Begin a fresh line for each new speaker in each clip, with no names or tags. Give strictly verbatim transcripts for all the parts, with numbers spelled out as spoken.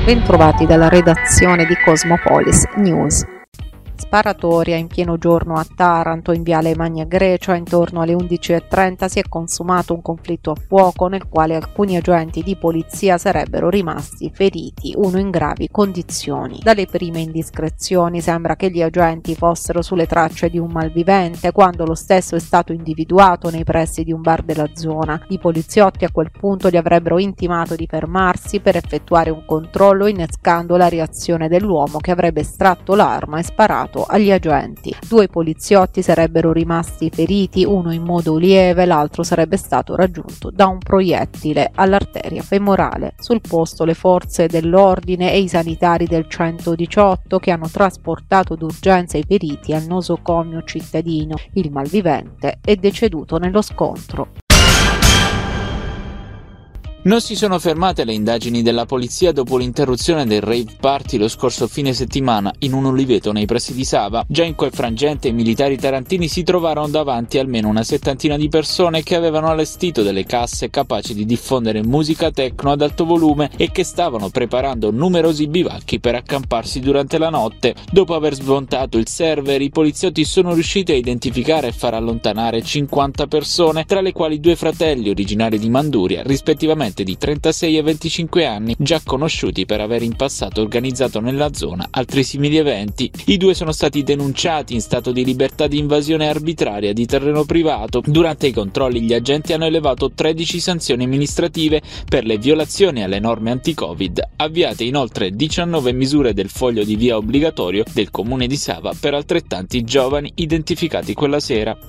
Bentrovati dalla redazione di Cosmopolis News. Sparatoria in pieno giorno a Taranto, in viale Magna Grecia. Intorno alle undici e trenta si è consumato un conflitto a fuoco nel quale alcuni agenti di polizia sarebbero rimasti feriti, uno in gravi condizioni. Dalle prime indiscrezioni sembra che gli agenti fossero sulle tracce di un malvivente quando lo stesso è stato individuato nei pressi di un bar della zona. I poliziotti a quel punto gli avrebbero intimato di fermarsi per effettuare un controllo, innescando la reazione dell'uomo che avrebbe estratto l'arma e sparato agli agenti. Due poliziotti sarebbero rimasti feriti, uno in modo lieve, l'altro sarebbe stato raggiunto da un proiettile all'arteria femorale. Sul posto le forze dell'ordine e i sanitari del centodiciotto che hanno trasportato d'urgenza i feriti al nosocomio cittadino. Il malvivente è deceduto nello scontro.
Non si sono fermate le indagini della polizia dopo l'interruzione del rave party lo scorso fine settimana in un oliveto nei pressi di Sava. Già in quel frangente i militari tarantini si trovarono davanti almeno una settantina di persone che avevano allestito delle casse capaci di diffondere musica techno ad alto volume e che stavano preparando numerosi bivacchi per accamparsi durante la notte. Dopo aver smontato il server, i poliziotti sono riusciti a identificare e far allontanare cinquanta persone, tra le quali due fratelli originari di Manduria, rispettivamente di trentasei e venticinque anni, già conosciuti per aver in passato organizzato nella zona altri simili eventi. I due sono stati denunciati in stato di libertà di invasione arbitraria di terreno privato. Durante i controlli gli agenti hanno elevato tredici sanzioni amministrative per le violazioni alle norme anti-Covid, avviate inoltre diciannove misure del foglio di via obbligatorio del comune di Sava per altrettanti giovani identificati quella sera.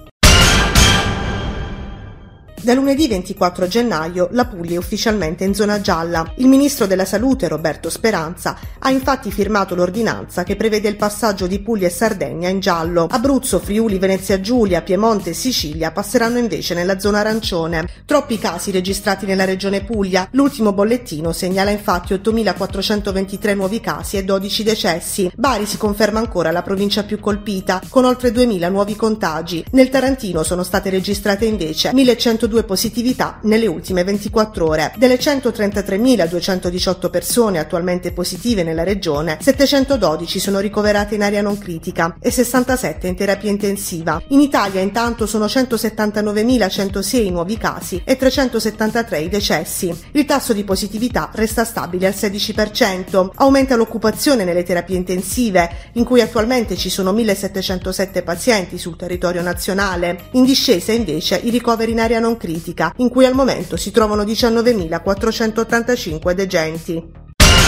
Da lunedì ventiquattro gennaio la Puglia è ufficialmente in zona gialla. Il ministro della Salute Roberto Speranza ha infatti firmato l'ordinanza che prevede il passaggio di Puglia e Sardegna in giallo. Abruzzo, Friuli, Venezia Giulia, Piemonte e Sicilia passeranno invece nella zona arancione. Troppi casi registrati nella regione Puglia. L'ultimo bollettino segnala infatti ottomilaquattrocentoventitré nuovi casi e dodici decessi. Bari si conferma ancora la provincia più colpita, con oltre duemila nuovi contagi. Nel Tarantino sono state registrate invece millecentodue positività nelle ultime ventiquattro ore. Delle centotrentatremiladuecentodiciotto persone attualmente positive nella regione, settecentododici sono ricoverate in area non critica e sessantasette in terapia intensiva. In Italia intanto sono centosettantanovemilacentosei nuovi casi e trecentosettantatré i decessi. Il tasso di positività resta stabile al sedici per cento. Aumenta l'occupazione nelle terapie intensive, in cui attualmente ci sono millesettecentosette pazienti sul territorio nazionale. In discesa invece i ricoveri in area non critica, in cui al momento si trovano diciannovemilaquattrocentottantacinque degenti.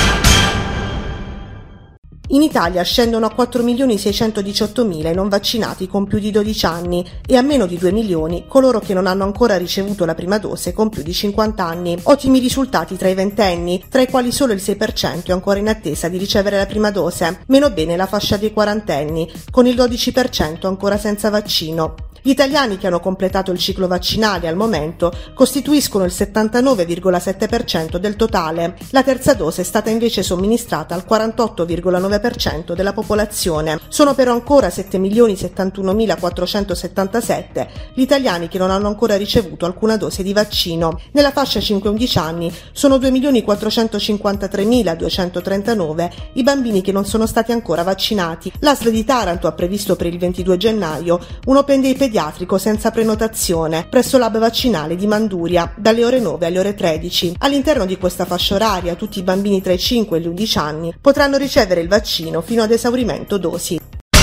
In Italia scendono a quattro milioni seicentodiciottomila i non vaccinati con più di dodici anni e a meno di due milioni coloro che non hanno ancora ricevuto la prima dose con più di cinquanta anni. Ottimi risultati tra i ventenni, tra i quali solo il sei per cento è ancora in attesa di ricevere la prima dose. Meno bene la fascia dei quarantenni, con il dodici per cento ancora senza vaccino. Gli italiani che hanno completato il ciclo vaccinale al momento costituiscono il settantanove virgola sette per cento del totale. La terza dose è stata invece somministrata al quarantotto virgola nove per cento della popolazione. Sono però ancora sette milioni settantunomilaquattrocentosettantasette gli italiani che non hanno ancora ricevuto alcuna dose di vaccino. Nella fascia cinque undici anni sono due milioni quattrocentocinquantatremiladuecentotrentanove i bambini che non sono stati ancora vaccinati. L'A S L di Taranto ha previsto per il ventidue gennaio un Open Day pediatrico senza prenotazione presso l'hub vaccinale di Manduria dalle ore nove alle ore tredici. All'interno di questa fascia oraria tutti i bambini tra i cinque e gli undici anni potranno ricevere il vaccino fino ad esaurimento dosi.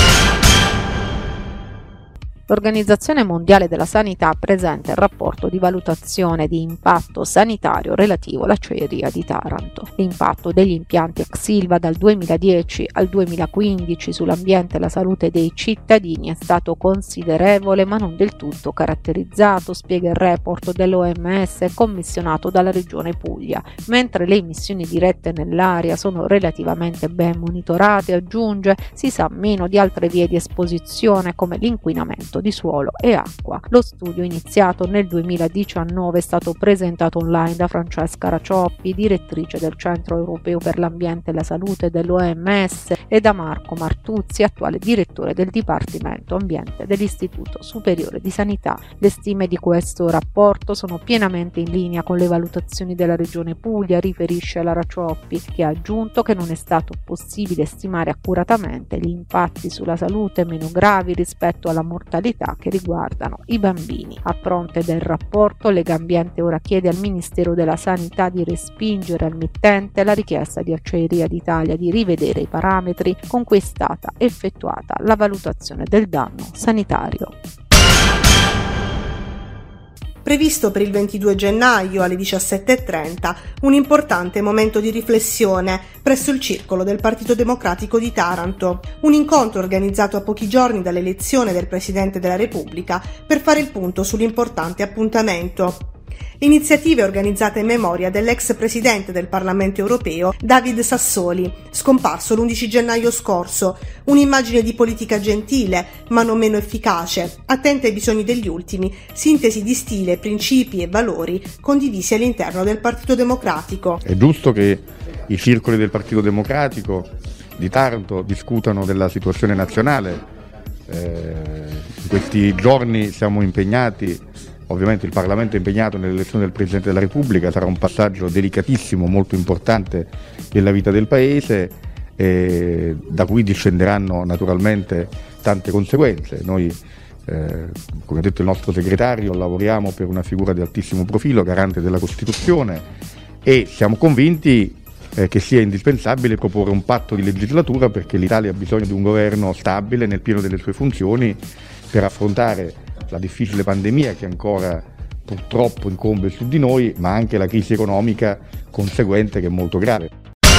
L'Organizzazione Mondiale della Sanità presenta il rapporto di valutazione di impatto sanitario relativo all'acciaieria di Taranto. L'impatto degli impianti ex Ilva dal duemiladieci al duemilaquindici sull'ambiente e la salute dei cittadini è stato considerevole ma non del tutto caratterizzato, spiega il report dell'O M S commissionato dalla Regione Puglia. Mentre le emissioni dirette nell'aria sono relativamente ben monitorate, aggiunge, si sa meno di altre vie di esposizione come l'inquinamento uso di suolo e acqua. Lo studio, iniziato nel duemiladiciannove, è stato presentato online da Francesca Racioppi, direttrice del Centro Europeo per l'Ambiente e la Salute dell'O M S, e da Marco Martuzzi, attuale direttore del Dipartimento Ambiente dell'Istituto Superiore di Sanità. Le stime di questo rapporto sono pienamente in linea con le valutazioni della Regione Puglia, riferisce la Racioppi, che ha aggiunto che non è stato possibile stimare accuratamente gli impatti sulla salute meno gravi rispetto alla mortalità che riguardano i bambini. A fronte del rapporto, Legambiente ora chiede al Ministero della Sanità di respingere al mittente la richiesta di Acciaieria d'Italia di rivedere i parametri con cui è stata effettuata la valutazione del danno sanitario.
Previsto per il ventidue gennaio alle diciassette e trenta un importante momento di riflessione presso il circolo del Partito Democratico di Taranto, un incontro organizzato a pochi giorni dall'elezione del Presidente della Repubblica per fare il punto sull'importante appuntamento. L'iniziativa è organizzata in memoria dell'ex presidente del Parlamento europeo David Sassoli, scomparso l'undici gennaio scorso, un'immagine di politica gentile, ma non meno efficace, attenta ai bisogni degli ultimi, sintesi di stile, principi e valori condivisi all'interno del Partito Democratico.
È giusto che i circoli del Partito Democratico di Taranto discutano della situazione nazionale. Eh, in questi giorni siamo impegnati. Ovviamente il Parlamento è impegnato nell'elezione del Presidente della Repubblica, sarà un passaggio delicatissimo, molto importante nella vita del Paese, eh, da cui discenderanno naturalmente tante conseguenze. Noi, eh, come ha detto il nostro segretario, lavoriamo per una figura di altissimo profilo, garante della Costituzione, e siamo convinti eh, che sia indispensabile proporre un patto di legislatura, perché l'Italia ha bisogno di un governo stabile nel pieno delle sue funzioni per affrontare la difficile pandemia che ancora purtroppo incombe su di noi, ma anche la crisi economica conseguente, che è molto grave.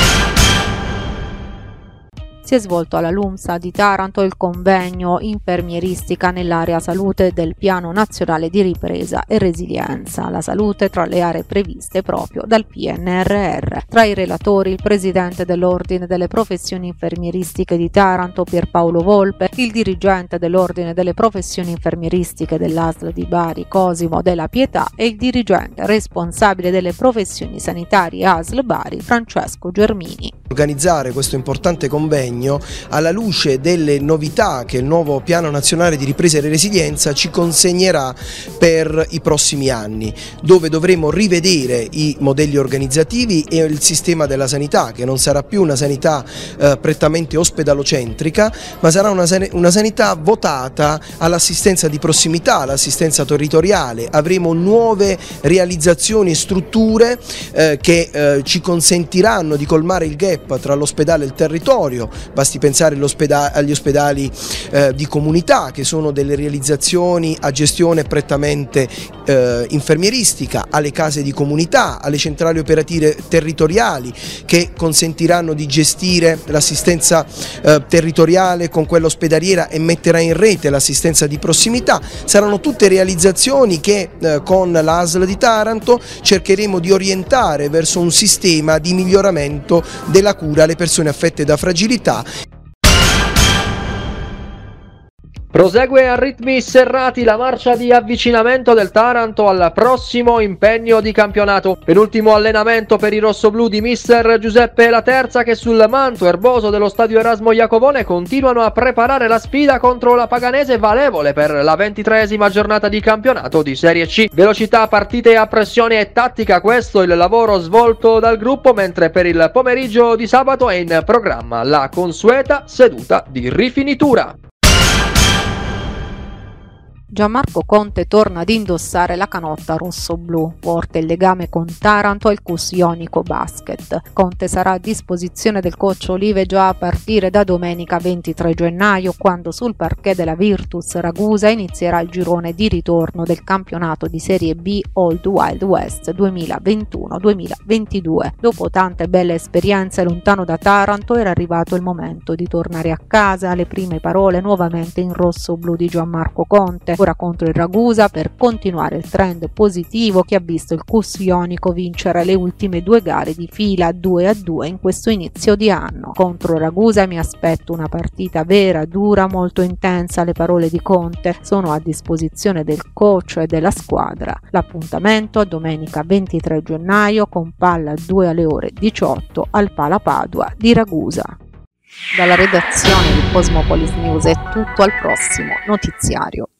Si è svolto alla LUMSA di Taranto il convegno Infermieristica nell'area salute del Piano Nazionale di Ripresa e Resilienza, la salute tra le aree previste proprio dal P N R R. Tra i relatori il presidente dell'Ordine delle Professioni Infermieristiche di Taranto Pierpaolo Volpe, il dirigente dell'Ordine delle Professioni Infermieristiche dell'A S L di Bari Cosimo della Pietà e il dirigente responsabile delle professioni sanitarie A S L Bari Francesco Germini.
Organizzare questo importante convegno alla luce delle novità che il nuovo Piano Nazionale di Ripresa e Resilienza ci consegnerà per i prossimi anni, dove dovremo rivedere i modelli organizzativi e il sistema della sanità, che non sarà più una sanità eh, prettamente ospedalocentrica, ma sarà una, san- una sanità votata all'assistenza di prossimità, all'assistenza territoriale. Avremo nuove realizzazioni e strutture eh, che eh, ci consentiranno di colmare il gap tra l'ospedale e il territorio. Basti pensare agli ospedali eh, di comunità, che sono delle realizzazioni a gestione prettamente eh, infermieristica, alle case di comunità, alle centrali operative territoriali, che consentiranno di gestire l'assistenza eh, territoriale con quella ospedaliera e metterà in rete l'assistenza di prossimità. Saranno tutte realizzazioni che eh, con l'A S L di Taranto cercheremo di orientare verso un sistema di miglioramento della cura alle persone affette da fragilità.
Prosegue a ritmi serrati la marcia di avvicinamento del Taranto al prossimo impegno di campionato. Penultimo allenamento per i rossoblù di mister Giuseppe Laterza, che sul manto erboso dello stadio Erasmo Iacovone continuano a preparare la sfida contro la Paganese, valevole per la ventitreesima giornata di campionato di Serie C. Velocità, partite a pressione e tattica, questo il lavoro svolto dal gruppo, mentre per il pomeriggio di sabato è in programma la consueta seduta di rifinitura.
Gianmarco Conte torna ad indossare la canotta rosso-blu, forte il legame con Taranto e il C U S Ionico Basket. Conte sarà a disposizione del coach Olive già a partire da domenica ventitré gennaio, quando sul parquet della Virtus Ragusa inizierà il girone di ritorno del campionato di Serie B Old Wild West duemilaventuno duemilaventidue. Dopo tante belle esperienze lontano da Taranto era arrivato il momento di tornare a casa. Le prime parole nuovamente in rosso-blu di Gianmarco Conte, ora contro il Ragusa per continuare il trend positivo che ha visto il Cus Ionico vincere le ultime due gare di fila due a due in questo inizio di anno. Contro Ragusa mi aspetto una partita vera, dura, molto intensa. Le parole di Conte sono a disposizione del coach e della squadra. L'appuntamento domenica ventitré gennaio con palla due alle ore diciotto al Pala Padua di Ragusa. Dalla redazione di Cosmopolis News è tutto, al prossimo notiziario.